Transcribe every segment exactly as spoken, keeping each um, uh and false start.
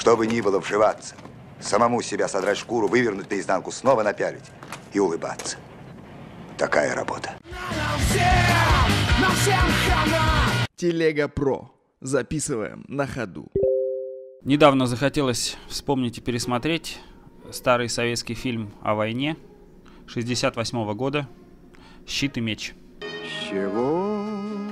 Что бы ни было, вживаться. Самому себя содрать шкуру, вывернуть наизнанку, снова напялить и улыбаться. Такая работа. Телега Про. Записываем на ходу. Недавно захотелось вспомнить и пересмотреть старый советский фильм о войне шестьдесят восьмого года «Щит и меч». С чего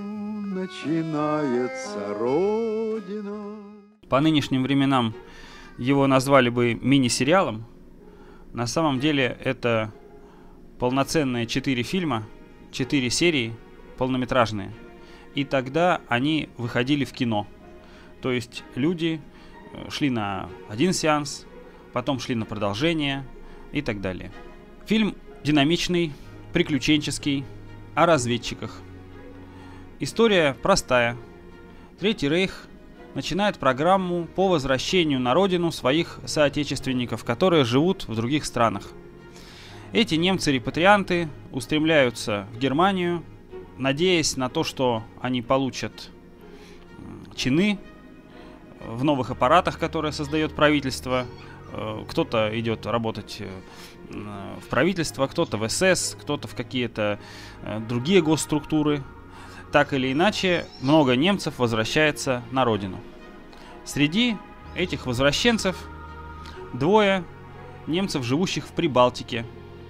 начинается Родина? По нынешним временам его назвали бы мини-сериалом. На самом деле это полноценные четыре фильма, четыре серии, полнометражные. И тогда они выходили в кино. То есть люди шли на один сеанс, потом шли на продолжение и так далее. Фильм динамичный, приключенческий, о разведчиках. История простая. Третий рейх начинает программу по возвращению на родину своих соотечественников, которые живут в других странах. Эти немцы-репатрианты устремляются в Германию, надеясь на то, что они получат чины в новых аппаратах, которые создает правительство. Кто-то идет работать в правительство, кто-то в эс эс, кто-то в какие-то другие госструктуры. Так или иначе, много немцев возвращается на родину. Среди этих возвращенцев двое немцев, живущих в Прибалтике.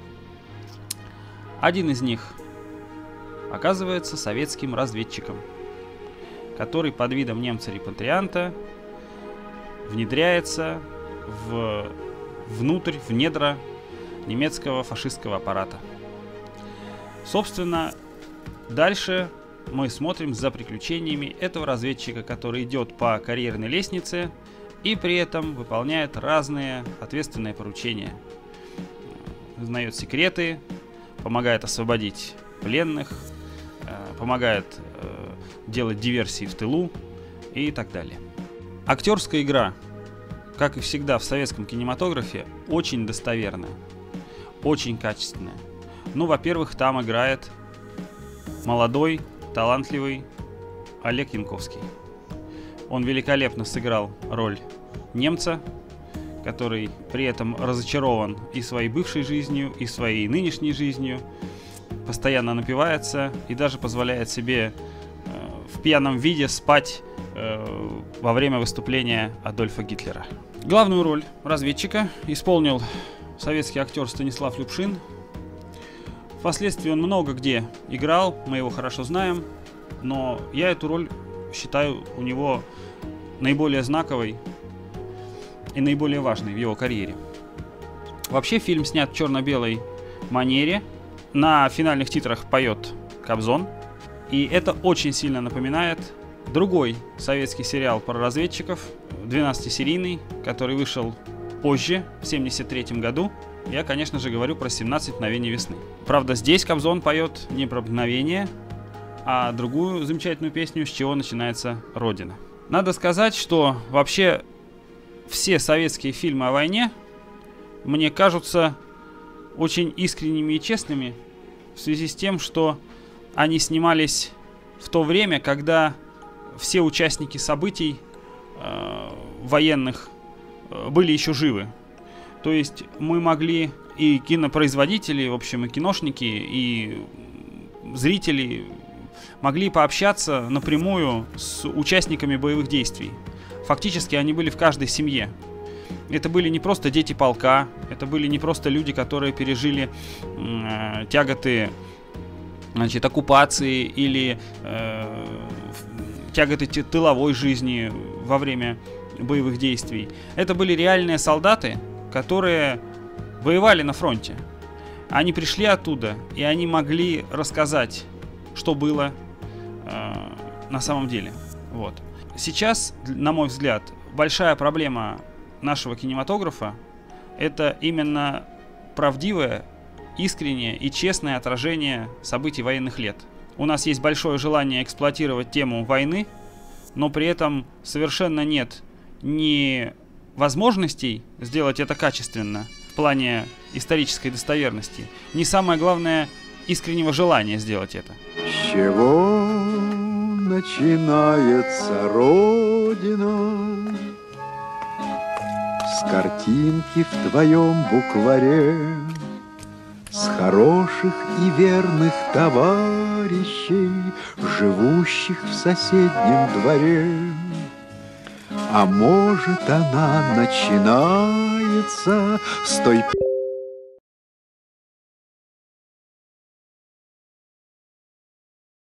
Один из них оказывается советским разведчиком, который под видом немца-репатрианта внедряется в, внутрь, в недра немецкого фашистского аппарата. Собственно, дальше мы смотрим за приключениями этого разведчика, который идет по карьерной лестнице и при этом выполняет разные ответственные поручения. Узнает секреты, помогает освободить пленных, помогает делать диверсии в тылу и так далее. Актерская игра, как и всегда в советском кинематографе, очень достоверная, очень качественная. Ну, во-первых, там играет молодой, талантливый Олег Янковский. Он великолепно сыграл роль немца, который при этом разочарован и своей бывшей жизнью, и своей нынешней жизнью, постоянно напивается и даже позволяет себе э, в пьяном виде спать э, во время выступления Адольфа Гитлера. Главную роль разведчика исполнил советский актер Станислав Любшин. Впоследствии он много где играл, мы его хорошо знаем, но я эту роль считаю у него наиболее знаковой и наиболее важной в его карьере. Вообще фильм снят в черно-белой манере. На финальных титрах поет Кобзон. И это очень сильно напоминает другой советский сериал про разведчиков, двенадцатисерийный, который вышел позже, в семьдесят третьем году. Я, конечно же, говорю про семнадцать мгновений весны. Правда, здесь Кобзон поет не про мгновение, а другую замечательную песню «С чего начинается Родина». Надо сказать, что вообще все советские фильмы о войне мне кажутся очень искренними и честными в связи с тем, что они снимались в то время, когда все участники событий э, военных э, были еще живы. То есть мы могли, и кинопроизводители, в общем, и киношники, и зрители могли пообщаться напрямую с участниками боевых действий. Фактически они были в каждой семье. Это были не просто дети полка, это были не просто люди, которые пережили э, тяготы, значит, оккупации или э, тяготы тыловой жизни во время боевых действий. Это были реальные солдаты, которые воевали на фронте. Они пришли оттуда, и они могли рассказать, что было э, на самом деле. Вот. Сейчас, на мой взгляд, большая проблема нашего кинематографа — это именно правдивое, искреннее и честное отражение событий военных лет. У нас есть большое желание эксплуатировать тему войны, но при этом совершенно нет ни возможностей сделать это качественно в плане исторической достоверности, ни, самое главное, искреннего желания сделать это. С чего начинается Родина? с картинки в твоем букваре, с хороших и верных товарищей, живущих в соседнем дворе. А может, она начинается с той